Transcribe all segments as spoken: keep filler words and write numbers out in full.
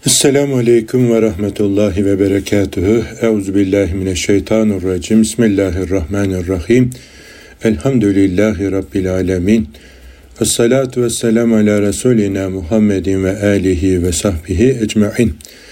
Esselamu Aleyküm ve Rahmetullahi ve Berekatuhu. Euzubillahimineşşeytanirracim. Bismillahirrahmanirrahim. Elhamdülillahi Rabbil Alemin. Vessalatu vesselamu ala Resulina Muhammedin ve alihi ve sahbihi ecma'in.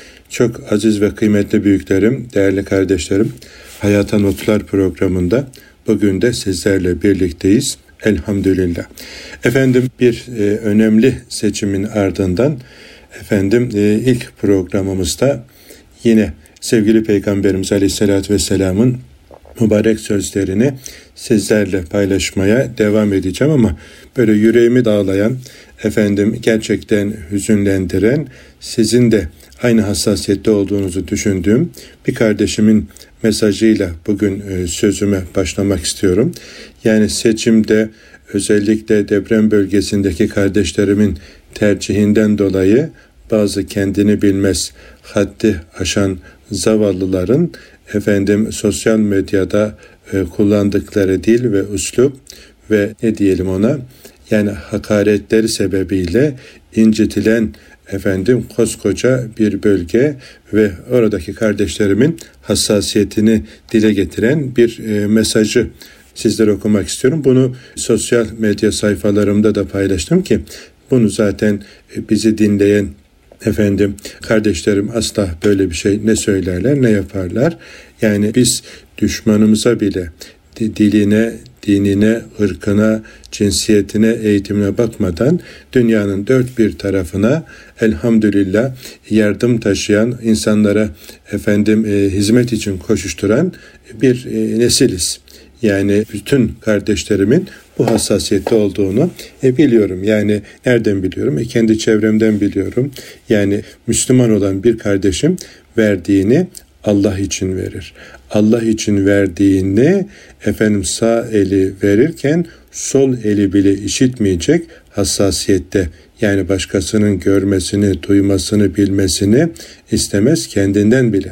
Çok aziz ve kıymetli büyüklerim, değerli kardeşlerim, Hayata Notlar programında bugün de sizlerle birlikteyiz. Elhamdülillah. Efendim bir e, önemli seçimin ardından Efendim e, ilk programımızda yine sevgili Peygamberimiz Aleyhisselatü Vesselam'ın mübarek sözlerini sizlerle paylaşmaya devam edeceğim ama böyle yüreğimi dağlayan, efendim gerçekten hüzünlendiren, sizin de aynı hassasiyette olduğunuzu düşündüğüm bir kardeşimin mesajıyla bugün e, sözüme başlamak istiyorum. Yani seçimde özellikle deprem bölgesindeki kardeşlerimin tercihinden dolayı bazı kendini bilmez, haddi aşan zavallıların efendim sosyal medyada e, kullandıkları dil ve üslup ve ne diyelim ona, yani hakaretleri sebebiyle incitilen efendim koskoca bir bölge ve oradaki kardeşlerimin hassasiyetini dile getiren bir e, mesajı sizlere okumak istiyorum. Bunu sosyal medya sayfalarımda da paylaştım ki bunu zaten bizi dinleyen efendim kardeşlerim asla böyle bir şey ne söylerler ne yaparlar. Yani biz düşmanımıza bile diline, dinine, ırkına, cinsiyetine, eğitimine bakmadan dünyanın dört bir tarafına elhamdülillah yardım taşıyan, insanlara efendim e, hizmet için koşuşturan bir e, nesiliz. Yani bütün kardeşlerimin bu hassasiyette olduğunu e, biliyorum. Yani nereden biliyorum? E, kendi çevremden biliyorum. Yani Müslüman olan bir kardeşim verdiğini Allah için verir. Allah için verdiğini efendim sağ eli verirken sol eli bile işitmeyecek hassasiyette. Yani başkasının görmesini, duymasını, bilmesini istemez kendinden bile.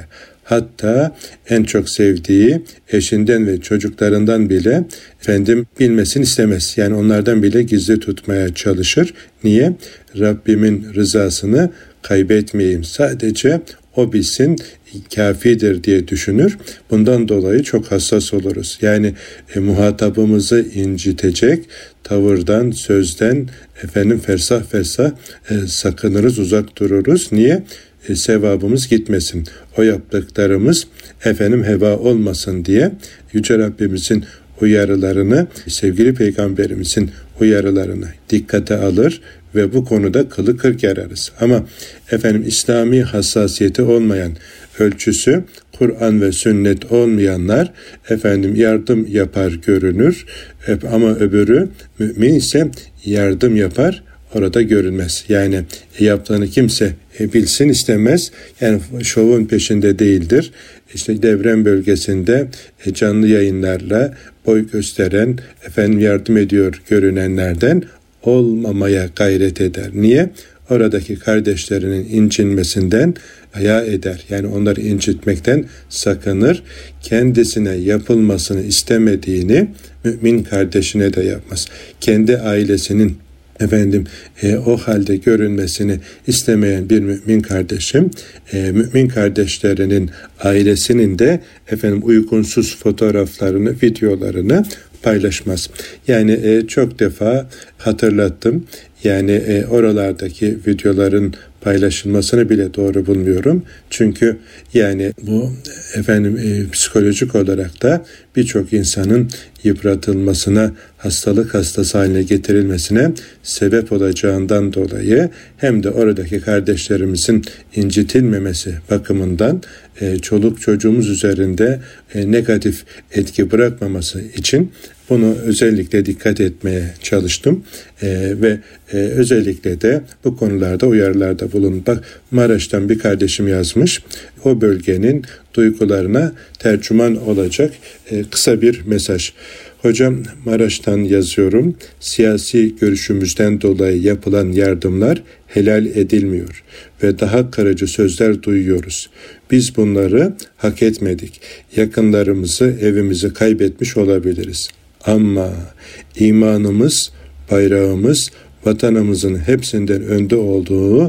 Hatta en çok sevdiği eşinden ve çocuklarından bile efendim bilmesini istemez. Yani onlardan bile gizli tutmaya çalışır. Niye? Rabbimin rızasını kaybetmeyeyim. Sadece o bilsin kafidir diye düşünür. Bundan dolayı çok hassas oluruz. Yani e, muhatabımızı incitecek tavırdan, sözden efendim fersah fersah e, sakınırız, uzak dururuz. Niye? E, sevabımız gitmesin. O yaptıklarımız efendim heva olmasın diye Yüce Rabbimizin uyarılarını, sevgili Peygamberimizin uyarılarını dikkate alır ve bu konuda kılı kırk yararız. Ama efendim İslami hassasiyeti olmayan, ölçüsü Kur'an ve sünnet olmayanlar efendim yardım yapar görünür ama öbürü mümin ise yardım yapar, orada görünmez. Yani yaptığını kimse bilsin istemez. Yani şovun peşinde değildir. İşte deprem bölgesinde canlı yayınlarla boy gösteren, efendim yardım ediyor görünenlerden olmamaya gayret eder. Niye? Oradaki kardeşlerinin incinmesinden haya eder. Yani onları incitmekten sakınır. Kendisine yapılmasını istemediğini mümin kardeşine de yapmaz. Kendi ailesinin efendim e, o halde görünmesini istemeyen bir mümin kardeşim, e, mümin kardeşlerinin ailesinin de efendim uygunsuz fotoğraflarını, videolarını paylaşmaz. Yani e, çok defa hatırlattım. Yani e, oralardaki videoların paylaşılmasını bile doğru bulmuyorum. Çünkü yani bu efendim e, psikolojik olarak da birçok insanın yıpratılmasına, hastalık hastası haline getirilmesine sebep olacağından dolayı hem de oradaki kardeşlerimizin incitilmemesi bakımından e, çoluk çocuğumuz üzerinde e, negatif etki bırakmaması için bunu özellikle dikkat etmeye çalıştım ee, ve e, özellikle de bu konularda uyarılarda bulun. Bak, Maraş'tan bir kardeşim yazmış. O bölgenin duygularına tercüman olacak e, kısa bir mesaj. Hocam, Maraş'tan yazıyorum. Siyasi görüşümüzden dolayı yapılan yardımlar helal edilmiyor ve daha kırıcı sözler duyuyoruz. Biz bunları hak etmedik. Yakınlarımızı, evimizi kaybetmiş olabiliriz. Ama imanımız, bayrağımız, vatanımızın hepsinden önde olduğu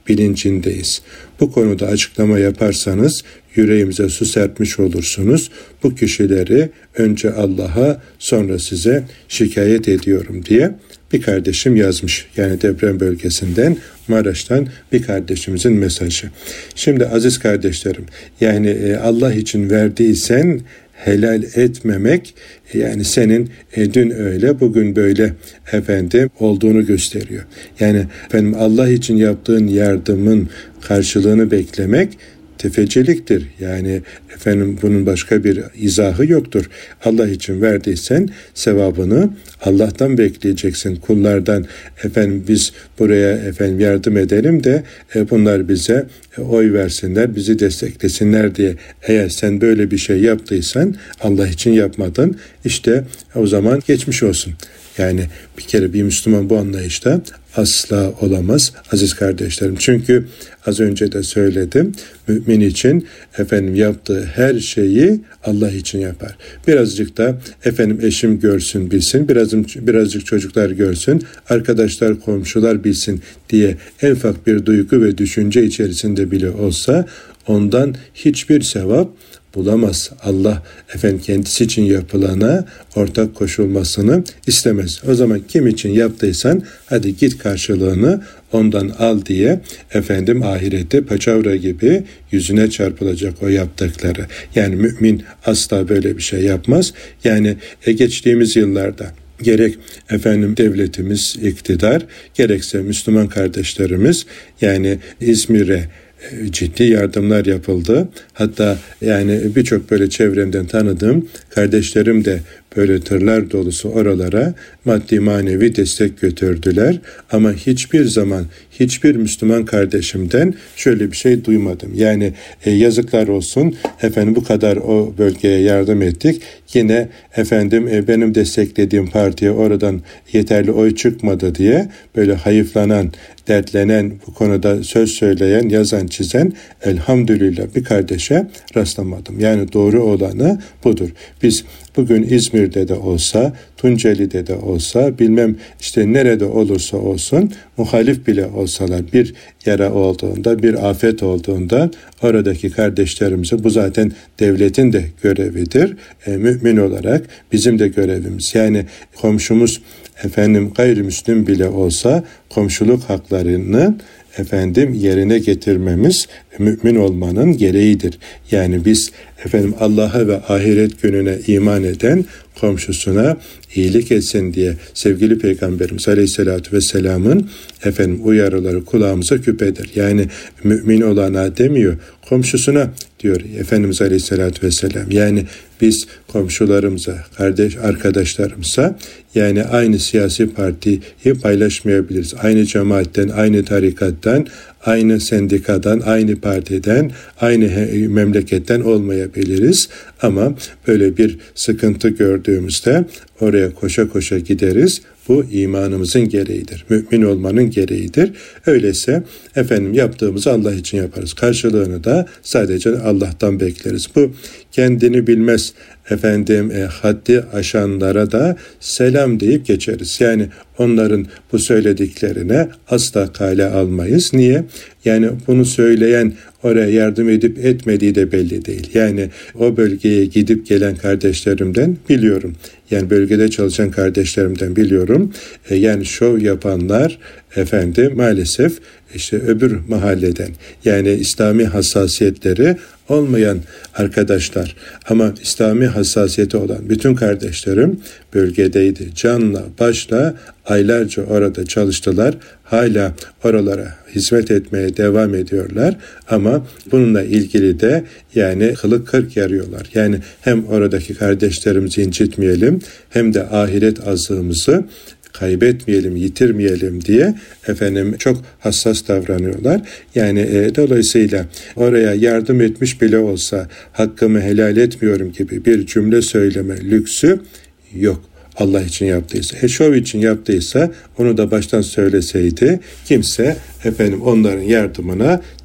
bilincindeyiz. Bu konuda açıklama yaparsanız yüreğimize su serpmiş olursunuz. Bu kişileri önce Allah'a sonra size şikayet ediyorum diye bir kardeşim yazmış. Yani deprem bölgesinden, Maraş'tan bir kardeşimizin mesajı. Şimdi aziz kardeşlerim, yani Allah için verdiysen helal etmemek, yani senin e, dün öyle bugün böyle efendim olduğunu gösteriyor. Yani efendim Allah için yaptığın yardımın karşılığını beklemek tefeciliktir. Yani efendim bunun başka bir izahı yoktur. Allah için verdiysen sevabını Allah'tan bekleyeceksin. Kullardan efendim biz buraya efendim yardım edelim de e, bunlar bize e, oy versinler, bizi desteklesinler diye. Eğer sen böyle bir şey yaptıysan Allah için yapmadın. İşte o zaman geçmiş olsun. Yani bir kere bir Müslüman bu anlayışta asla olamaz aziz kardeşlerim. Çünkü az önce de söyledim, mümin için efendim yaptığı her şeyi Allah için yapar. Birazcık da efendim eşim görsün, bilsin, birazcık, birazcık çocuklar görsün, arkadaşlar, komşular bilsin diye en ufak bir duygu ve düşünce içerisinde bile olsa ondan hiçbir sevap bulamaz. Allah efendim kendisi için yapılana ortak koşulmasını istemez. O zaman kim için yaptıysan hadi git karşılığını ondan al diye efendim ahirette paçavra gibi yüzüne çarpılacak o yaptıkları. Yani mümin asla böyle bir şey yapmaz. Yani e, geçtiğimiz yıllarda gerek efendim devletimiz, iktidar, gerekse Müslüman kardeşlerimiz yani İzmir'e ciddi yardımlar yapıldı. Hatta yani birçok böyle çevremden tanıdığım kardeşlerim de böyle tırlar dolusu oralara maddi manevi destek götürdüler. Ama hiçbir zaman hiçbir Müslüman kardeşimden şöyle bir şey duymadım. Yani e, yazıklar olsun efendim bu kadar o bölgeye yardım ettik. Yine efendim e, benim desteklediğim partiye oradan yeterli oy çıkmadı diye böyle hayıflanan, dertlenen, bu konuda söz söyleyen, yazan, çizen elhamdülillah bir kardeşe rastlamadım. Yani doğru olanı budur. Biz bugün İzmir'de de olsa, Tunceli'de de olsa, bilmem işte nerede olursa olsun, muhalif bile olsalar bir yara olduğunda, bir afet olduğunda oradaki kardeşlerimize, bu zaten devletin de görevidir. E, mümin olarak bizim de görevimiz. Yani komşumuz efendim gayrimüslim bile olsa komşuluk haklarını efendim yerine getirmemiz mümin olmanın gereğidir. Yani biz efendim Allah'a ve ahiret gününe iman eden komşusuna iyilik etsin diye sevgili Peygamberimiz Aleyhisselatü Vesselam'ın efendim uyarıları kulağımıza küpedir. Yani mümin olana demiyor, komşusuna diyor Efendimiz Aleyhisselatü Vesselam. Yani biz komşularımıza, kardeş arkadaşlarımıza yani aynı siyasi partiyi paylaşmayabiliriz. Aynı cemaatten, aynı tarikattan, aynı sendikadan, aynı partiden, aynı memleketten olmayabiliriz. Ama böyle bir sıkıntı gördüğümüzde oraya koşa koşa gideriz. Bu imanımızın gereğidir. Mümin olmanın gereğidir. Öyleyse efendim yaptığımızı Allah için yaparız. Karşılığını da sadece Allah'tan bekleriz. Bu kendini bilmez efendim e, haddi aşanlara da selam deyip geçeriz. Yani onların bu söylediklerine asla kale almayız. Niye? Yani bunu söyleyen oraya yardım edip etmediği de belli değil. Yani o bölgeye gidip gelen kardeşlerimden biliyorum. Yani bölgede çalışan kardeşlerimden biliyorum. E, yani şov yapanlar efendim maalesef işte öbür mahalleden, yani İslami hassasiyetleri olmayan arkadaşlar, ama İslami hassasiyeti olan bütün kardeşlerim bölgedeydi. Canla başla aylarca orada çalıştılar. Hala oralara hizmet etmeye devam ediyorlar. Ama bununla ilgili de yani kılık kırk yarıyorlar. Yani hem oradaki kardeşlerimizi incitmeyelim, hem de ahiret azığımızı kaybetmeyelim, yitirmeyelim diye efendim çok hassas davranıyorlar. Yani e, dolayısıyla oraya yardım etmiş bile olsa hakkımı helal etmiyorum gibi bir cümle söyleme lüksü yok. Allah için yaptıysa, e şov için yaptıysa onu da baştan söyleseydi kimse efendim onların yardımına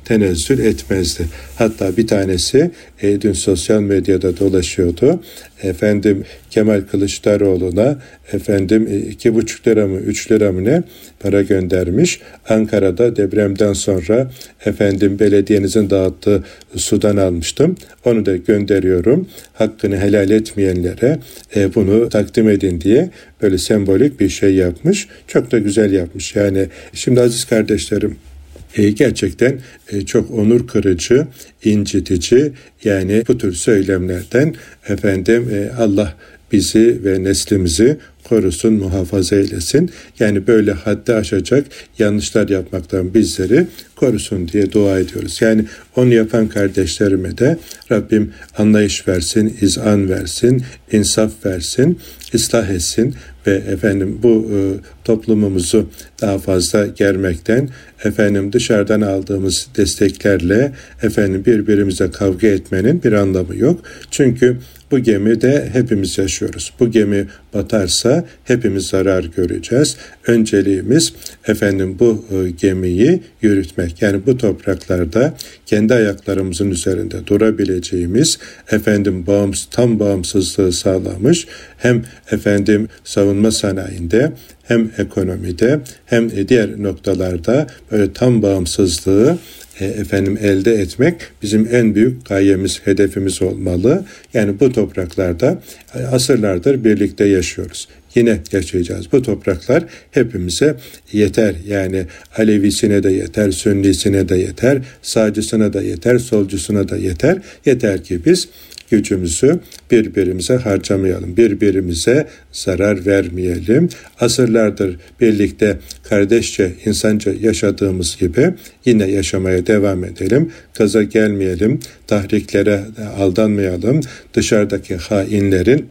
tenezzül etmezdi. Hatta bir tanesi e, dün sosyal medyada dolaşıyordu. Efendim Kemal Kılıçdaroğlu'na efendim iki buçuk lira mı üç lira mı ne para göndermiş. Ankara'da depremden sonra efendim belediyenizin dağıttığı sudan almıştım. Onu da gönderiyorum. Hakkını helal etmeyenlere e, bunu takdim edin diye böyle sembolik bir şey yapmış. Çok da güzel yapmış. Yani şimdi aziz kardeşlerim, E, gerçekten e, çok onur kırıcı, incitici, yani bu tür söylemlerden efendim e, Allah bizi ve neslimizi korusun, muhafaza eylesin. Yani böyle haddi aşacak yanlışlar yapmaktan bizleri korusun diye dua ediyoruz. Yani onu yapan kardeşlerime de Rabbim anlayış versin, izan versin, insaf versin, ıslah etsin ve efendim bu e, toplumumuzu daha fazla germekten, efendim dışarıdan aldığımız desteklerle efendim birbirimize kavga etmenin bir anlamı yok. Çünkü bu gemide hepimiz yaşıyoruz. Bu gemi batarsa hepimiz zarar göreceğiz. Önceliğimiz efendim bu e, gemiyi yürütmek. Yani bu topraklarda kendi ayaklarımızın üzerinde durabileceğimiz, efendim bağımsız, tam bağımsızlığı sağlamış, hem efendim savunma sanayinde, hem ekonomide, hem diğer noktalarda böyle tam bağımsızlığı E, efendim elde etmek bizim en büyük gayemiz, hedefimiz olmalı. Yani bu topraklarda asırlardır birlikte yaşıyoruz. Yine yaşayacağız. Bu topraklar hepimize yeter. Yani Alevisine de yeter, Sünnisine de yeter, sağcısına da yeter, solcusuna da yeter. Yeter ki biz gücümüzü birbirimize harcamayalım, birbirimize zarar vermeyelim. Asırlardır birlikte kardeşçe, insanca yaşadığımız gibi yine yaşamaya devam edelim. Gaza gelmeyelim, tahriklere aldanmayalım, dışarıdaki hainlerin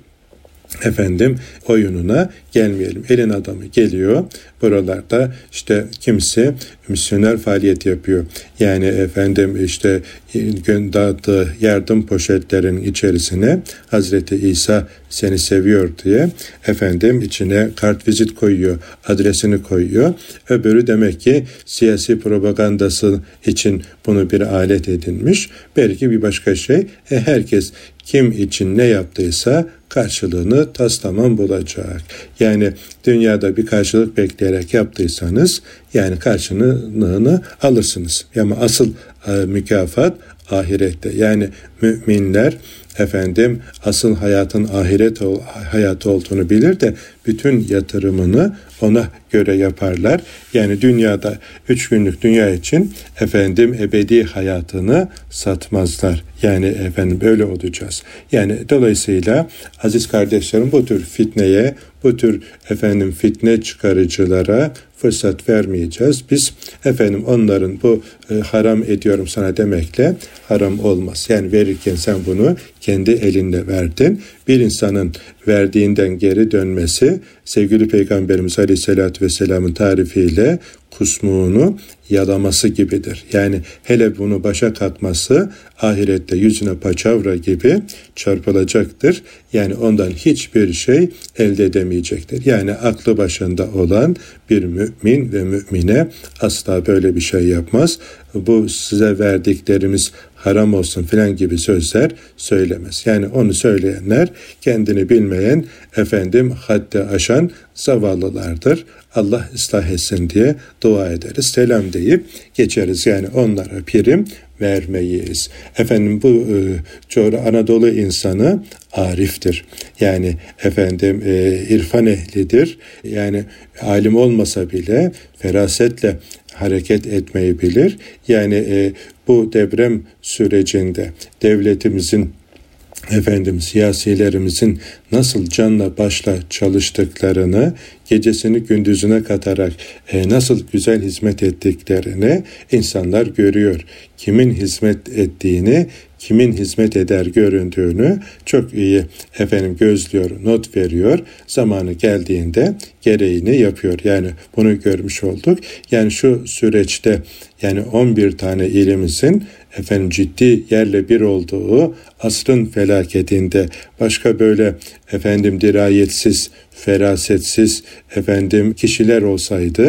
efendim oyununa gelmeyelim. Elin adamı geliyor. Buralarda işte kimisi misyoner faaliyet yapıyor. Yani efendim işte dağıttığı yardım poşetlerinin içerisine Hazreti İsa seni seviyor diye efendim içine kartvizit koyuyor, adresini koyuyor. Öbürü demek ki siyasi propagandası için bunu bir alet edinmiş. Belki bir başka şey. E, herkes kim için ne yaptıysa karşılığını taslamam bulacak. Yani dünyada bir karşılık bekleyerek yaptıysanız yani karşılığını alırsınız. Ama asıl e, mükafat ahirette. Yani müminler efendim asıl hayatın ahiret hayatı olduğunu bilir de bütün yatırımını ona göre yaparlar. Yani dünyada üç günlük dünya için efendim ebedi hayatını satmazlar. Yani efendim böyle olacağız. Yani dolayısıyla aziz kardeşlerim, bu tür fitneye, bu tür efendim fitne çıkarıcılara fırsat vermeyeceğiz. Biz efendim onların bu e, haram ediyorum sana demekle haram olmaz. Yani verirken sen bunu kendi elinle verdin. Bir insanın verdiğinden geri dönmesi sevgili Peygamberimiz Aleyhisselatü Vesselam'ın tarifiyle kusmuğunu yalaması gibidir. Yani hele bunu başa kalkması ahirette yüzüne paçavra gibi çarpılacaktır. Yani ondan hiçbir şey elde edemeyecektir. Yani aklı başında olan bir mümin ve mümine asla böyle bir şey yapmaz. Bu size verdiklerimiz haram olsun filan gibi sözler söylemez. Yani onu söyleyenler kendini bilmeyen, efendim haddi aşan zavallılardır. Allah ıslah etsin diye dua ederiz. Selam deyip geçeriz. Yani onlara prim vermeyiz. Efendim bu e, Anadolu insanı ariftir. Yani efendim e, irfan ehlidir. Yani alim olmasa bile ferasetle hareket etmeyi bilir. Yani e, bu deprem sürecinde devletimizin, efendim siyasilerimizin nasıl canla başla çalıştıklarını, gecesini gündüzüne katarak e, nasıl güzel hizmet ettiklerini insanlar görüyor. Kimin hizmet ettiğini, kimin hizmet eder göründüğünü çok iyi efendim gözlüyor, not veriyor. Zamanı geldiğinde gereğini yapıyor. Yani bunu görmüş olduk. Yani şu süreçte yani on bir tane ilimizin efendim ciddi yerle bir olduğu asrın felaketinde başka böyle efendim dirayetsiz, ferasetsiz efendim kişiler olsaydı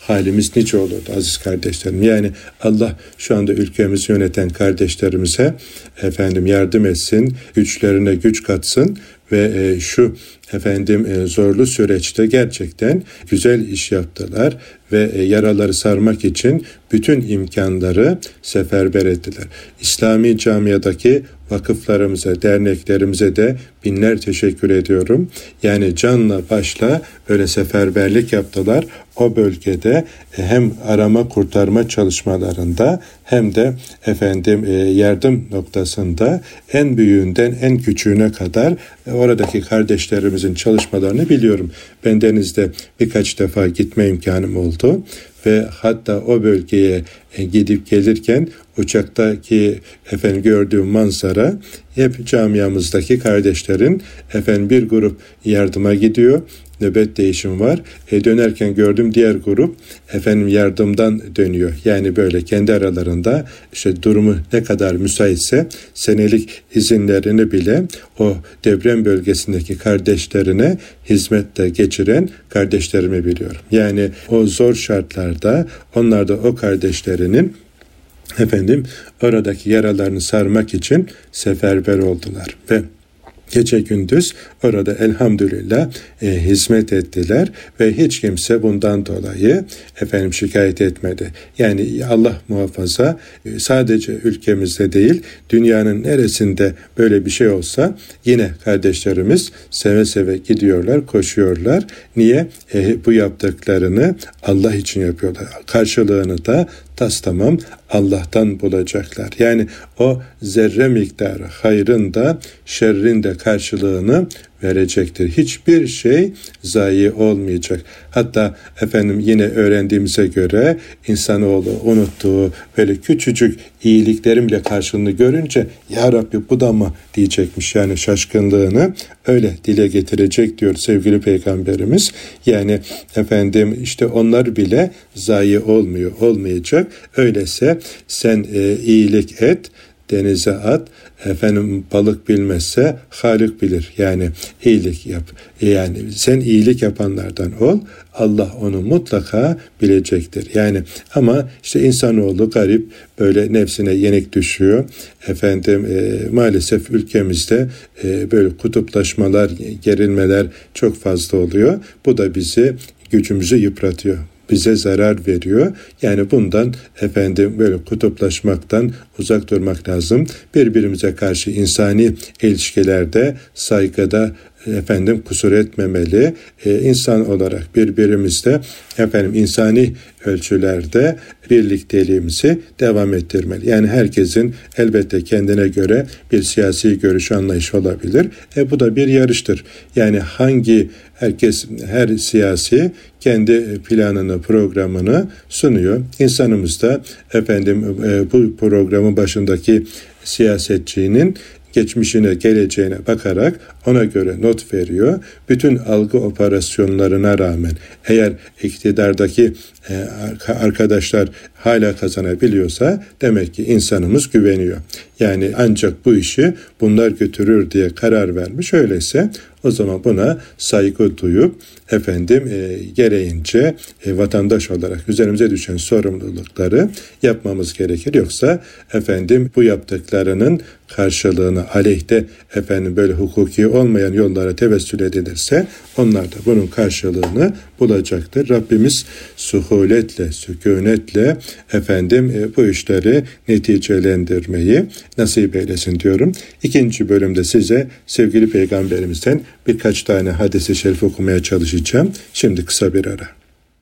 halimiz nice olurdu aziz kardeşlerim. Yani Allah şu anda ülkemizi yöneten kardeşlerimize efendim yardım etsin, güçlerine güç katsın ve e, şu efendim e, zorlu süreçte gerçekten güzel iş yaptılar ve e, yaraları sarmak için bütün imkanları seferber ettiler. İslami camiadaki vakıflarımıza, derneklerimize de binler teşekkür ediyorum. Yani canla başla öyle seferberlik yaptılar. O bölgede hem arama kurtarma çalışmalarında hem de efendim yardım noktasında en büyüğünden en küçüğüne kadar oradaki kardeşlerimizin çalışmalarını biliyorum. Ben denizde birkaç defa gitme imkanım oldu ve hatta o bölgeye gidip gelirken uçaktaki efendim gördüğüm manzara hep camiamızdaki kardeşlerin efendim bir grup yardıma gidiyor. Nöbet değişim var. E, dönerken gördüm diğer grup efendim yardımdan dönüyor. Yani böyle kendi aralarında işte durumu ne kadar müsaitse senelik izinlerini bile o deprem bölgesindeki kardeşlerine hizmette geçiren kardeşlerimi biliyorum. Yani o zor şartlarda onlar da o kardeşlerinin efendim oradaki yaralarını sarmak için seferber oldular ve gece gündüz orada elhamdülillah e, hizmet ettiler ve hiç kimse bundan dolayı efendim şikayet etmedi. Yani Allah muhafaza e, sadece ülkemizde değil dünyanın neresinde böyle bir şey olsa yine kardeşlerimiz seve seve gidiyorlar, koşuyorlar. Niye? E, bu yaptıklarını Allah için yapıyorlar. Karşılığını da tas tamam Allah'tan bulacaklar. Yani o zerre miktarı hayrın da şerrin de karşılığını verecektir. Hiçbir şey zayi olmayacak. Hatta efendim yine öğrendiğimize göre insanoğlu unuttuğu böyle küçücük iyiliklerin bile karşılığını görünce ya Rabbi bu da mı diyecekmiş. Yani şaşkınlığını öyle dile getirecek diyor sevgili Peygamberimiz. Yani efendim işte onlar bile zayi olmuyor, olmayacak. Öyleyse sen e, iyilik et, denize at, efendim balık bilmezse Halik bilir. Yani iyilik yap. Yani sen iyilik yapanlardan ol. Allah onu mutlaka bilecektir. Yani ama işte insanoğlu garip böyle nefsine yenik düşüyor. Efendim e, maalesef ülkemizde e, böyle kutuplaşmalar, gerilmeler çok fazla oluyor. Bu da bizi gücümüzü yıpratıyor. Bize zarar veriyor. Yani bundan efendim böyle kutuplaşmaktan uzak durmak lazım. Birbirimize karşı insani ilişkilerde, saygıda efendim kusur etmemeli. Ee, insan olarak birbirimizle efendim insani ölçülerde birlikteliğimizi devam ettirmeli. Yani herkesin elbette kendine göre bir siyasi görüş anlayışı olabilir. E, bu da bir yarıştır. Yani hangi herkes her siyasi kendi planını, programını sunuyor. İnsanımız da efendim e, bu programın başındaki siyasetçinin geçmişine, geleceğine bakarak ona göre not veriyor. Bütün algı operasyonlarına rağmen eğer iktidardaki e, arkadaşlar hala kazanabiliyorsa demek ki insanımız güveniyor. Yani ancak bu işi bunlar götürür diye karar vermiş. Öyleyse o zaman buna saygı duyup efendim e, gereğince e, vatandaş olarak üzerimize düşen sorumlulukları yapmamız gerekir. Yoksa efendim bu yaptıklarının karşılığını aleyhte efendim böyle hukuki olmayan yollara tevessül edilirse onlar da bunun karşılığını bulacaktır. Rabbimiz suhuletle, sükunetle efendim e, bu işleri neticelendirmeyi nasip eylesin diyorum. İkinci bölümde size sevgili Peygamberimizden birkaç tane hadis-i şerif okumaya çalışacağım. Şimdi kısa bir ara.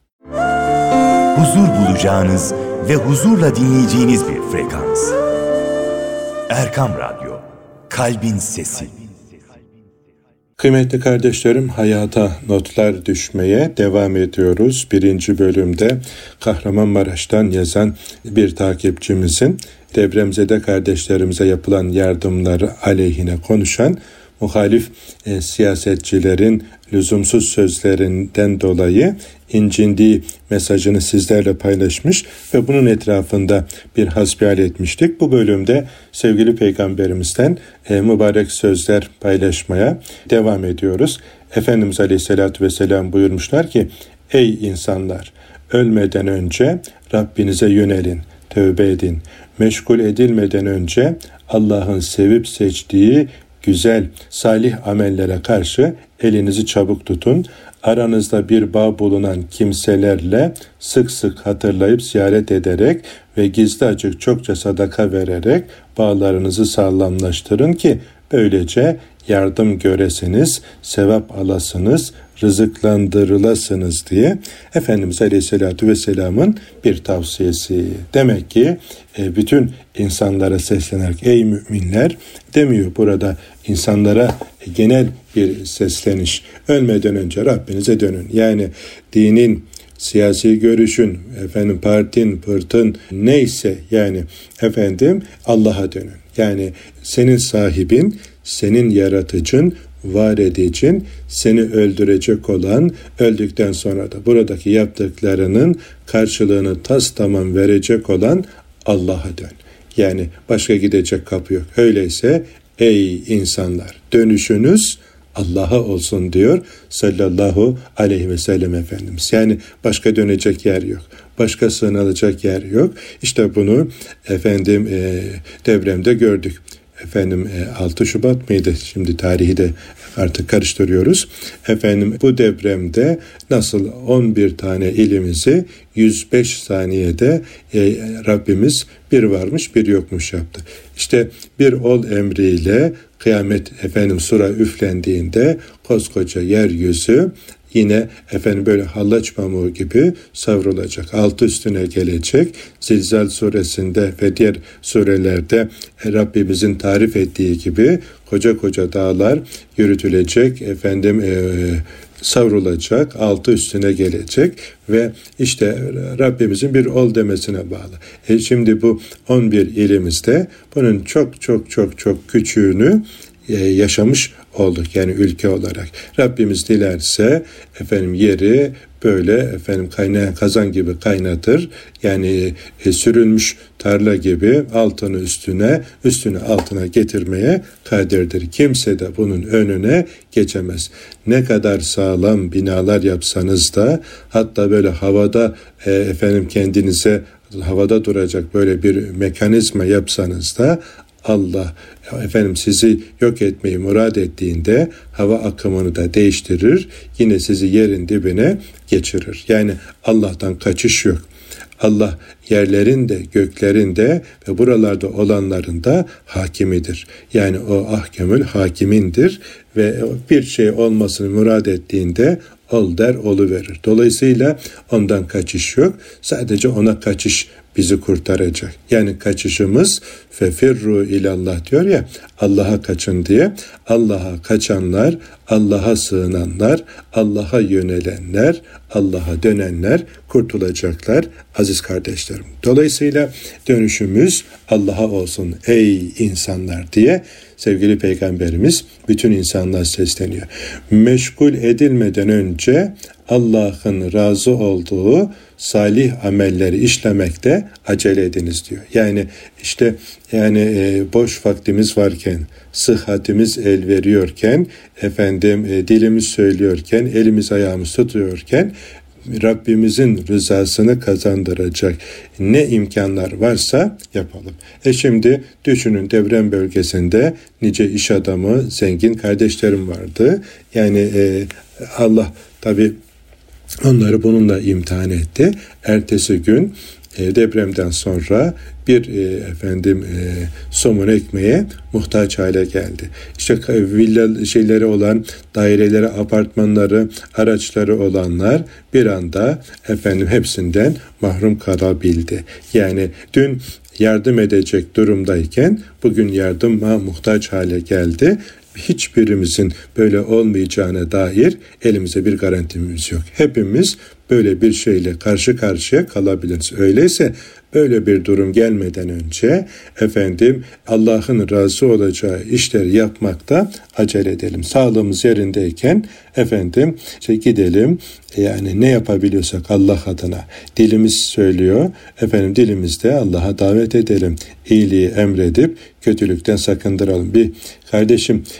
Huzur bulacağınız ve huzurla dinleyeceğiniz bir frekans. Erkam Radyo, Kalbin Sesi. Kıymetli kardeşlerim, hayata notlar düşmeye devam ediyoruz. Birinci bölümde Kahramanmaraş'tan yazan bir takipçimizin depremzede kardeşlerimize yapılan yardımları aleyhine konuşan muhalif e, siyasetçilerin lüzumsuz sözlerinden dolayı incindiği mesajını sizlerle paylaşmış ve bunun etrafında bir hasbihal etmiştik. Bu bölümde sevgili Peygamberimizden e, mübarek sözler paylaşmaya devam ediyoruz. Efendimiz Aleyhisselatü Vesselam buyurmuşlar ki, ey insanlar! ölmeden önce Rabbinize yönelin, tövbe edin. Meşgul edilmeden önce Allah'ın sevip seçtiği güzel, salih amellere karşı elinizi çabuk tutun. Aranızda bir bağ bulunan kimselerle sık sık hatırlayıp ziyaret ederek ve gizli açık çokça sadaka vererek bağlarınızı sağlamlaştırın ki böylece yardım göresiniz, sevap alasınız, rızıklandırılasınız diye Efendimiz Aleyhisselatü Vesselam'ın bir tavsiyesi. Demek ki e, bütün insanlara seslenerek ey müminler demiyor burada, insanlara genel bir sesleniş. Ölmeden önce Rabbinize dönün. Yani dinin, siyasi görüşün, efendim partin, pırtın neyse yani efendim Allah'a dönün. Yani senin sahibin, senin yaratıcın, var edicin, seni öldürecek olan, öldükten sonra da buradaki yaptıklarının karşılığını tas tamam verecek olan Allah'a dön. Yani başka gidecek kapı yok. Öyleyse ey insanlar, dönüşünüz Allah'a olsun diyor sallallahu aleyhi ve sellem Efendimiz. Yani başka dönecek yer yok. Başka sığınılacak yer yok. İşte bunu efendim e, depremde gördük. Efendim altı Şubat mıydı? Şimdi tarihi de artık karıştırıyoruz. Efendim bu depremde nasıl on bir tane ilimizi yüz beş saniyede e, Rabbimiz bir varmış bir yokmuş yaptı. İşte bir ol emriyle kıyamet efendim sura üflendiğinde koskoca yeryüzü yine efendim böyle hallaç pamuğu gibi savrulacak. Altı üstüne gelecek. Zilzal suresinde ve diğer surelerde Rabbimizin tarif ettiği gibi koca koca dağlar yürütülecek, efendim e, savrulacak, altı üstüne gelecek ve işte Rabbimizin bir ol demesine bağlı. E şimdi bu on bir ilimizde bunun çok çok çok çok küçüğünü e, yaşamış olduk yani ülke olarak. Rabbimiz dilerse efendim yeri böyle efendim kaynayan kazan gibi kaynatır. Yani e, sürülmüş tarla gibi altını üstüne, üstünü altına getirmeye kadirdir. Kimse de bunun önüne geçemez. Ne kadar sağlam binalar yapsanız da, hatta böyle havada e, efendim kendinize havada duracak böyle bir mekanizma yapsanız da Allah efendim sizi yok etmeyi murad ettiğinde hava akımını da değiştirir, yine sizi yerin dibine geçirir. Yani Allah'tan kaçış yok. Allah yerlerin de göklerin de ve buralarda olanların da hakimidir. Yani o ahkemül hakimindir ve bir şey olmasını murad ettiğinde ol der oluverir. Dolayısıyla ondan kaçış yok. Sadece ona kaçış bizi kurtaracak. Yani kaçışımız fefirru ilallah diyor ya, Allah'a kaçın diye. Allah'a kaçanlar, Allah'a sığınanlar, Allah'a yönelenler, Allah'a dönenler kurtulacaklar aziz kardeşlerim. Dolayısıyla dönüşümüz Allah'a olsun ey insanlar diye sevgili Peygamberimiz bütün insanlar sesleniyor. Meşgul edilmeden önce Allah'ın razı olduğu salih amelleri işlemekte acele ediniz diyor. Yani işte yani e, boş vaktimiz varken, sıhhatimiz el veriyorken, efendim e, dilimiz söylüyorken, elimiz ayağımız tutuyorken Rabbimizin rızasını kazandıracak ne imkanlar varsa yapalım. E şimdi düşünün, deprem bölgesinde nice iş adamı, zengin kardeşlerim vardı. Yani e, Allah tabii onları bununla imtihan etti. Ertesi gün e, depremden sonra bir e, efendim e, somun ekmeğe muhtaç hale geldi. İşte villa şeyleri olan, daireleri, apartmanları, araçları olanlar bir anda efendim hepsinden mahrum kalabildi. Yani dün yardım edecek durumdayken bugün yardıma muhtaç hale geldi. Hiçbirimizin böyle olmayacağına dair elimize bir garantimiz yok. Hepimiz böyle bir şeyle karşı karşıya kalabiliriz. Öyleyse böyle bir durum gelmeden önce efendim Allah'ın razı olacağı işleri yapmakta acele edelim. Sağlığımız yerindeyken efendim işte gidelim, yani ne yapabiliyorsak Allah adına, dilimiz söylüyor efendim, dilimizde Allah'a davet edelim. İyiliği emredip kötülükten sakındıralım. Bir kardeşim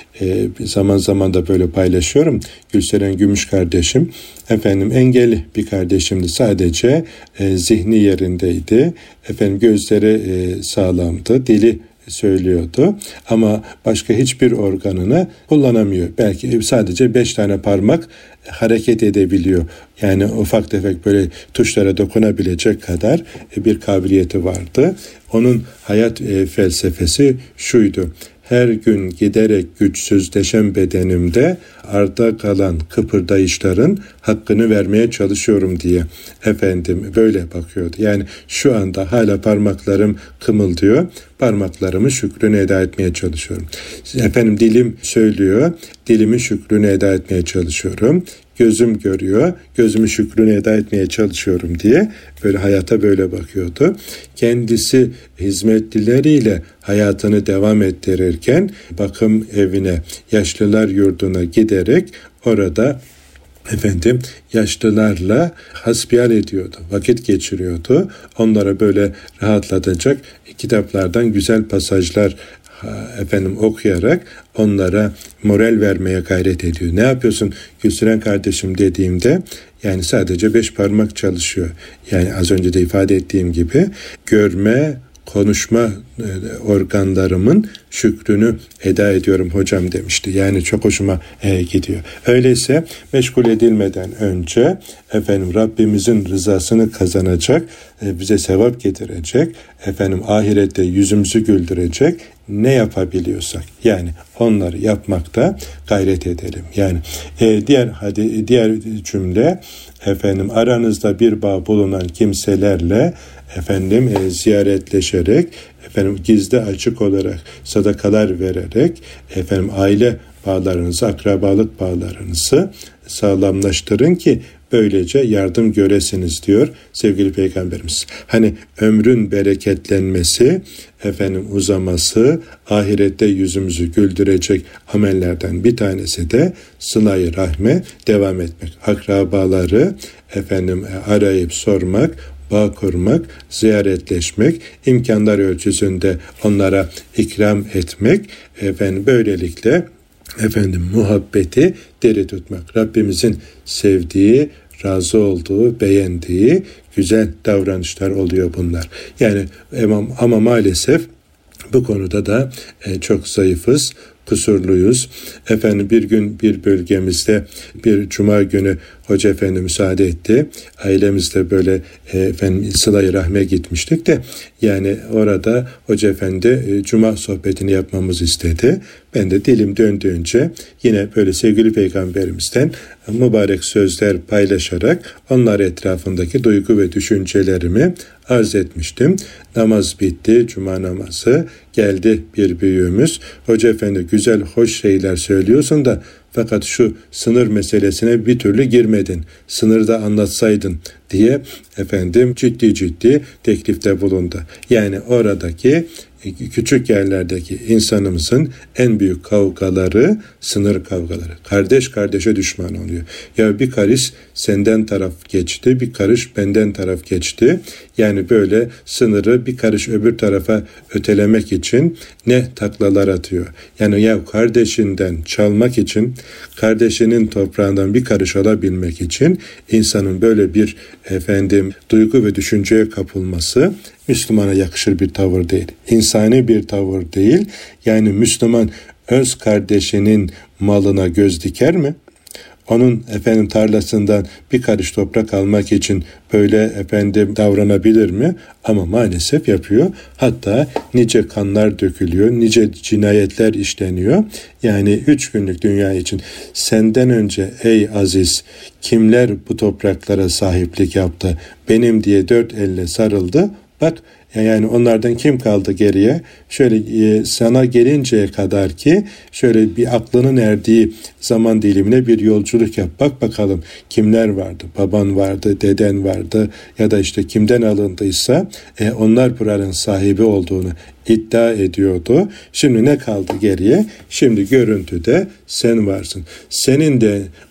e, zaman zaman da böyle paylaşıyorum. Gülseren Gümüş kardeşim, efendim engelli bir kardeşimdi, sadece e, zihni yerindeydi. Efendim gözleri e, sağlamdı, dili söylüyordu ama başka hiçbir organını kullanamıyor. Belki sadece beş tane parmak hareket edebiliyor. Yani ufak tefek böyle tuşlara dokunabilecek kadar bir kabiliyeti vardı. Onun hayat felsefesi şuydu: her gün giderek güçsüzleşen bedenimde arda kalan kıpırdayışların hakkını vermeye çalışıyorum diye efendim böyle bakıyordu. Yani şu anda hala parmaklarım kımıldıyor, parmaklarımın şükrünü eda etmeye çalışıyorum. Efendim dilim söylüyor, dilimin şükrünü eda etmeye çalışıyorum. Gözüm görüyor, gözümün şükrünü eda etmeye çalışıyorum diye böyle hayata böyle bakıyordu. Kendisi hizmetlileriyle hayatını devam ettirirken bakım evine, yaşlılar yurduna giderek orada efendim yaşlılarla hasbihal ediyordu, vakit geçiriyordu. Onlara böyle rahatlatacak kitaplardan güzel pasajlar efendim okuyarak onlara moral vermeye gayret ediyor. Ne yapıyorsun Gülseren kardeşim dediğimde, yani sadece beş parmak çalışıyor. Yani az önce de ifade ettiğim gibi görme, konuşma organlarımın şükrünü eda ediyorum hocam demişti. Yani çok hoşuma e, gidiyor. Öyleyse meşgul edilmeden önce efendim Rabbimizin rızasını kazanacak, e, bize sevap getirecek, efendim ahirette yüzümüzü güldürecek ne yapabiliyorsak, yani onları yapmakta gayret edelim. Yani e, diğer hadi diğer cümle efendim aranızda bir bağ bulunan kimselerle efendim e, ziyaretleşerek, efendim gizli açık olarak sadakalar vererek efendim aile bağlarınızı, akrabalık bağlarınızı sağlamlaştırın ki böylece yardım göresiniz diyor sevgili Peygamberimiz. Hani ömrün bereketlenmesi, efendim uzaması, ahirette yüzümüzü güldürecek amellerden bir tanesi de sıla-i rahme devam etmek. Akrabaları efendim arayıp sormak, bağ kurmak, ziyaretleşmek, imkanlar ölçüsünde onlara ikram etmek, efendim böylelikle efendim muhabbeti diri tutmak. Rabbimizin sevdiği, razı olduğu, beğendiği güzel davranışlar oluyor bunlar. Yani ama, ama maalesef bu konuda da e, çok zayıfız, kusurluyuz. Efendim bir gün bir bölgemizde bir cuma günü Hoca Efendi müsaade etti. Ailemizle böyle e, efendim sıla-i rahme gitmiştik de, yani orada Hoca Efendi e, cuma sohbetini yapmamızı istedi. Ben de dilim döndüğünce yine böyle sevgili Peygamberimizden mübarek sözler paylaşarak onlar etrafındaki duygu ve düşüncelerimi arz etmiştim. Namaz bitti, cuma namazı. Geldi bir büyüğümüz. Hoca Efendi güzel, hoş şeyler söylüyorsun da fakat şu sınır meselesine bir türlü girmedin. Sınırda anlatsaydın diye efendim ciddi ciddi teklifte bulundu. Yani oradaki küçük yerlerdeki insanımızın en büyük kavgaları sınır kavgaları. Kardeş kardeşe düşman oluyor. Ya bir karış senden taraf geçti, bir karış benden taraf geçti. Yani böyle sınırı bir karış öbür tarafa ötelemek için ne taklalar atıyor. Yani ya kardeşinden çalmak için, kardeşinin toprağından bir karış alabilmek için insanın böyle bir efendim duygu ve düşünceye kapılması Müslümana yakışır bir tavır değil. İnsani bir tavır değil. Yani Müslüman öz kardeşinin malına göz diker mi? Onun efendim tarlasından bir karış toprak almak için böyle efendim davranabilir mi? Ama maalesef yapıyor. Hatta nice kanlar dökülüyor, nice cinayetler işleniyor. Yani üç günlük dünya için senden önce ey aziz kimler bu topraklara sahiplik yaptı? Benim diye dört elle sarıldı. Bak yani onlardan kim kaldı geriye? Şöyle e, sana gelinceye kadar ki şöyle bir aklının erdiği zaman dilimine bir yolculuk yap. Bak bakalım kimler vardı? Baban vardı, deden vardı ya da işte kimden alındıysa e, onlar buranın sahibi olduğunu iddia ediyordu. Şimdi ne kaldı geriye? Şimdi görüntüde sen varsın. Senin de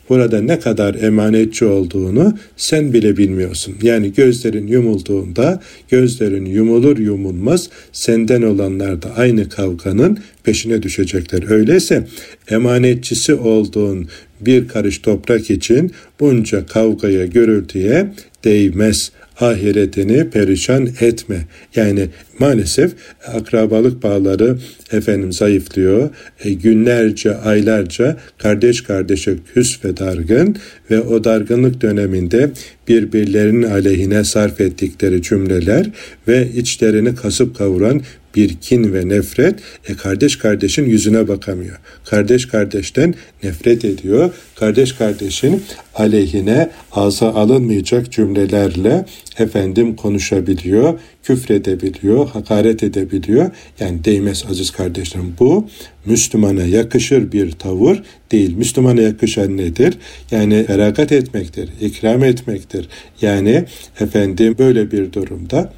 burada ne kadar emanetçi olduğunu sen bile bilmiyorsun. Yani gözlerin yumulduğunda, gözlerin yumulur yumulmaz senden olanlar da aynı kavganın peşine düşecekler. Öyleyse emanetçisi olduğun bir karış toprak için bunca kavgaya, gürültüye değmez. Ahiretini perişan etme. Yani maalesef akrabalık bağları efendim zayıflıyor. E, günlerce, aylarca kardeş kardeşe küs ve dargın ve o dargınlık döneminde birbirlerinin aleyhine sarf ettikleri cümleler ve içlerini kasıp kavuran bir kin ve nefret, e kardeş kardeşin yüzüne bakamıyor. Kardeş kardeşten nefret ediyor. Kardeş kardeşin aleyhine ağza alınmayacak cümlelerle efendim konuşabiliyor, küfredebiliyor, hakaret edebiliyor. Yani değmez aziz kardeşlerim. Bu Müslümana yakışır bir tavır değil. Müslümana yakışan nedir? Yani feragat etmektir, ikram etmektir. Yani efendim böyle bir durumda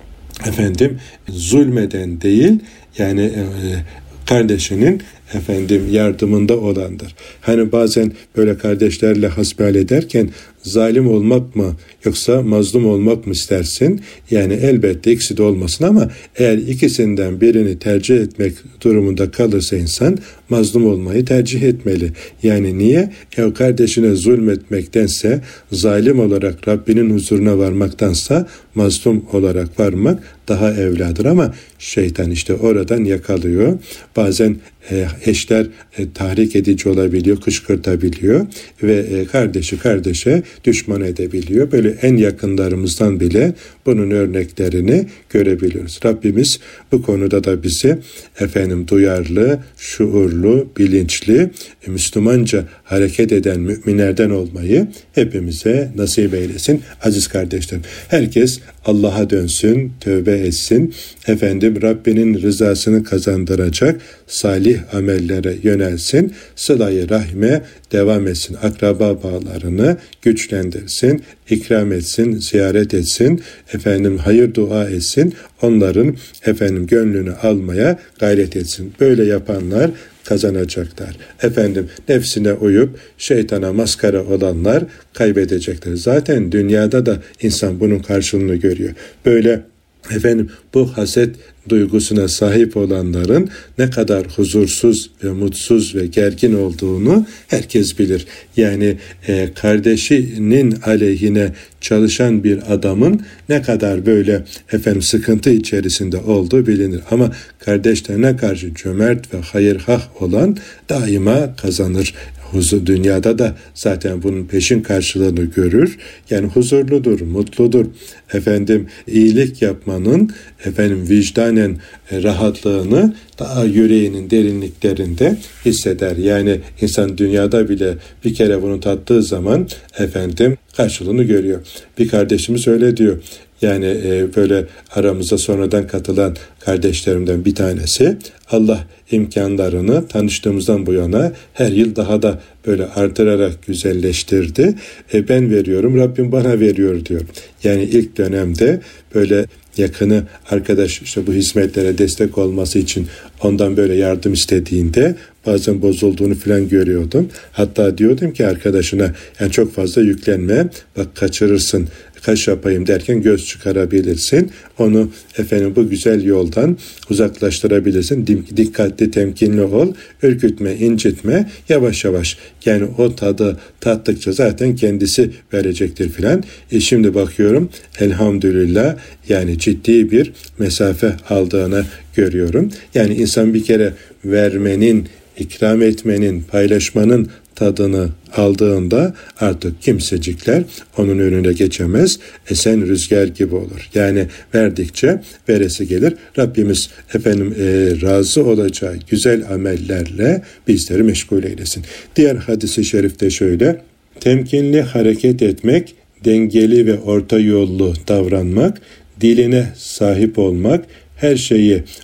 efendim zulmeden değil, yani e, kardeşinin efendim yardımında olandır. Hani bazen böyle kardeşlerle hasbihal ederken zalim olmak mı yoksa mazlum olmak mı istersin? Yani elbette ikisi de olmasın ama eğer ikisinden birini tercih etmek durumunda kalırsa insan mazlum olmayı tercih etmeli. Yani niye? Ya kardeşine zulmetmektense, zalim olarak Rabbinin huzuruna varmaktansa mazlum olarak varmak daha evladır ama şeytan işte oradan yakalıyor. Bazen e, eşler e, tahrik edici olabiliyor, kışkırtabiliyor ve e, kardeşi kardeşe düşman edebiliyor. Böyle en yakınlarımızdan bile bunun örneklerini görebiliyoruz. Rabbimiz bu konuda da bizi efendim duyarlı, şuurlu, bilinçli, e, Müslümanca hareket eden müminlerden olmayı hepimize nasip eylesin. Aziz kardeşlerim, herkes Allah'a dönsün, tövbe etsin. Efendim Rabbinin rızasını kazandıracak salih amellere yönelsin. Sıla-i rahime devam etsin. Akraba bağlarını güçlendirsin, ikram etsin, ziyaret etsin. Efendim hayır dua etsin. Onların efendim gönlünü almaya gayret etsin. Böyle yapanlar kazanacaklar. Efendim nefsine uyup şeytana maskara olanlar kaybedecekler. Zaten dünyada da insan bunun karşılığını görüyor. Böyle efendim bu haset duygusuna sahip olanların ne kadar huzursuz ve mutsuz ve gergin olduğunu herkes bilir. Yani e, kardeşinin aleyhine çalışan bir adamın ne kadar böyle efendim sıkıntı içerisinde olduğu bilinir. Ama kardeşlerine karşı cömert ve hayırhah olan daima kazanır. Huzur, dünyada da zaten bunun peşin karşılığını görür. Yani huzurludur, mutludur. Efendim iyilik yapmanın efendim vicdanen rahatlığını daha yüreğinin derinliklerinde hisseder. Yani insan dünyada bile bir kere bunu tattığı zaman efendim karşılığını görüyor. Bir kardeşimiz öyle diyor. Yani e, böyle aramıza sonradan katılan kardeşlerimden bir tanesi, Allah imkanlarını tanıştığımızdan bu yana her yıl daha da böyle artırarak güzelleştirdi. E, ben veriyorum, Rabbim bana veriyor diyor. Yani ilk dönemde böyle yakını arkadaş işte bu hizmetlere destek olması için ondan böyle yardım istediğinde bazen bozulduğunu falan görüyordum. Hatta diyordum ki arkadaşına, yani çok fazla yüklenme, bak kaçırırsın, kaş yapayım derken göz çıkarabilirsin. Onu efendim bu güzel yoldan uzaklaştırabilirsin. Dikkatli, temkinli ol. Ürkütme, incitme. Yavaş yavaş. Yani o tadı tattıkça zaten kendisi verecektir filan. E şimdi bakıyorum elhamdülillah yani ciddi bir mesafe aldığını görüyorum. Yani insan bir kere vermenin, ikram etmenin, paylaşmanın tadını aldığında artık kimsecikler onun önüne geçemez. Esen rüzgar gibi olur. Yani verdikçe veresi gelir. Rabbimiz efendim e, razı olacağı güzel amellerle bizleri meşgul eylesin. Diğer hadis-i şerifte şöyle: temkinli hareket etmek, dengeli ve orta yollu davranmak, diline sahip olmak, her şeyi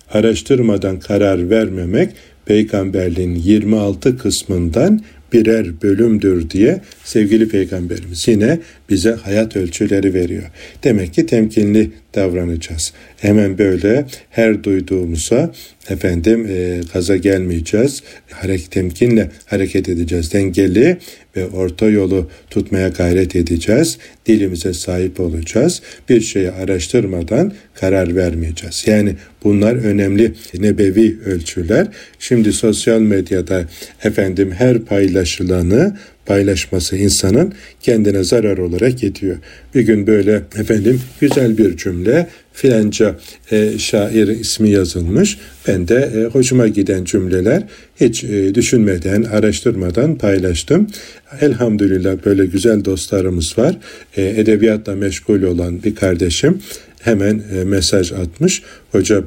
araştırmadan karar vermemek peygamberliğin yirmi altı kısmından birer bölümdür diye sevgili Peygamberimiz yine bize hayat ölçüleri veriyor. Demek ki temkinli davranacağız. Hemen böyle her duyduğumuza efendim e, gaza gelmeyeceğiz. Hareket temkinle hareket edeceğiz. Dengeli ve orta yolu tutmaya gayret edeceğiz. Dilimize sahip olacağız. Bir şeyi araştırmadan karar vermeyeceğiz. Yani bunlar önemli nebevi ölçüler. Şimdi sosyal medyada efendim her paylaşılanı paylaşması insanın kendine zarar olarak yetiyor. Bir gün böyle efendim güzel bir cümle filanca e, şair ismi yazılmış. Ben de e, hoşuma giden cümleler hiç e, düşünmeden, araştırmadan paylaştım. Elhamdülillah böyle güzel dostlarımız var. E, edebiyatla meşgul olan bir kardeşim hemen e, mesaj atmış. Hoca,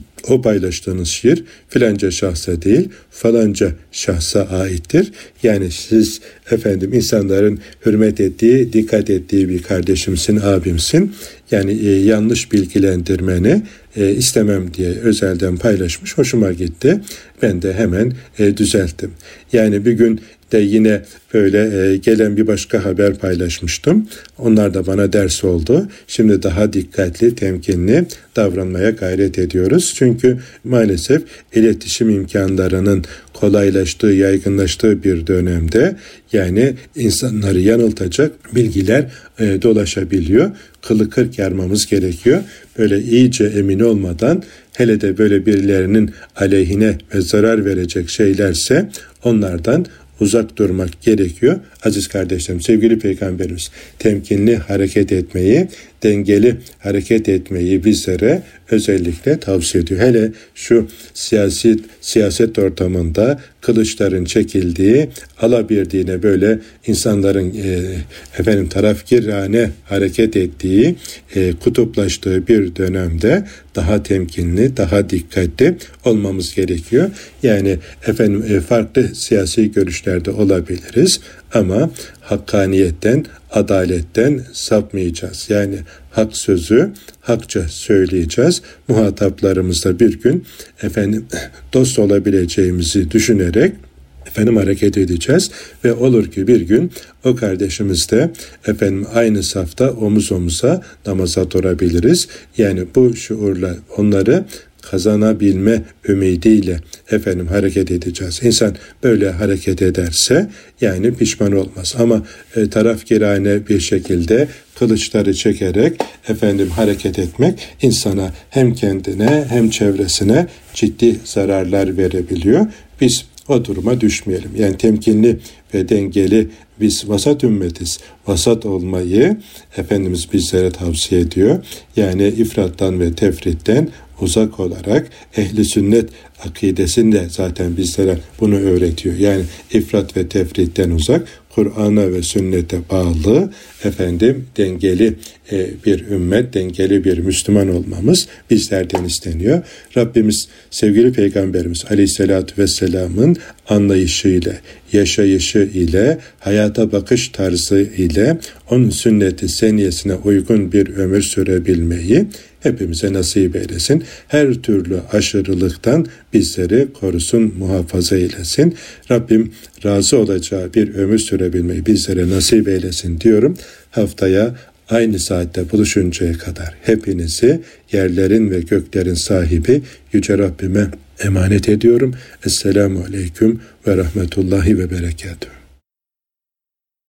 o paylaştığınız şiir filanca şahsa değil falanca şahsa aittir. Yani siz efendim insanların hürmet ettiği, dikkat ettiği bir kardeşimsin, abimsin. Yani e, yanlış bilgilendirmeni e, istemem diye özelden paylaşmış. Hoşuma gitti. Ben de hemen e, düzelttim. Yani bir gün de yine böyle e, gelen bir başka haber paylaşmıştım. Onlar da bana ders oldu. Şimdi daha dikkatli, temkinli davranmaya gayret ediyoruz. Çünkü maalesef iletişim imkanlarının kolaylaştığı, yaygınlaştığı bir dönemde yani insanları yanıltacak bilgiler e, dolaşabiliyor. Kılı kırk yarmamız gerekiyor. Böyle iyice emin olmadan, hele de böyle birilerinin aleyhine ve zarar verecek şeylerse onlardan uzak durmak gerekiyor. Aziz kardeşlerim, sevgili Peygamberimiz temkinli hareket etmeyi, dengeli hareket etmeyi bizlere özellikle tavsiye ediyor. Hele şu siyasi siyaset ortamında kılıçların çekildiği, alabildiğine böyle insanların e, efendim tarafgirane hareket ettiği, e, kutuplaştığı bir dönemde daha temkinli, daha dikkatli olmamız gerekiyor. Yani efendim e, farklı siyasi görüşlerde olabiliriz ama hakkaniyetten, adaletten sapmayacağız. Yani hak sözü hakça söyleyeceğiz. Muhataplarımızla bir gün efendim dost olabileceğimizi düşünerek efendim hareket edeceğiz ve olur ki bir gün o kardeşimizle efendim aynı safta omuz omuza namaza durabiliriz. Yani bu şuurla onları kazanabilme ümidiyle efendim hareket edeceğiz. İnsan böyle hareket ederse yani pişman olmaz. Ama e, tarafgirane bir şekilde kılıçları çekerek efendim hareket etmek insana hem kendine hem çevresine ciddi zararlar verebiliyor. Biz o duruma düşmeyelim. Yani temkinli ve dengeli, biz vasat ümmetiz. Vasat olmayı Efendimiz bizlere tavsiye ediyor. Yani ifrattan ve tefritten uzak olarak ehli sünnet akidesinde zaten bizlere bunu öğretiyor. Yani ifrat ve tefritten uzak, Kur'an'a ve sünnete bağlı, efendim dengeli e, bir ümmet, dengeli bir Müslüman olmamız bizlerden isteniyor. Rabbimiz sevgili Peygamberimiz Aleyhisselatü Vesselam'ın anlayışıyla, yaşayışı ile, hayata bakış tarzı ile onun sünneti seniyesine uygun bir ömür sürebilmeyi hepimize nasip eylesin. Her türlü aşırılıktan bizleri korusun, muhafaza eylesin. Rabbim razı olacağı bir ömür sürebilmeyi bizlere nasip eylesin diyorum. Haftaya aynı saatte buluşuncaya kadar hepinizi yerlerin ve göklerin sahibi Yüce Rabbime emanet ediyorum. Esselamu Aleyküm ve Rahmetullahi ve Berekatuhu.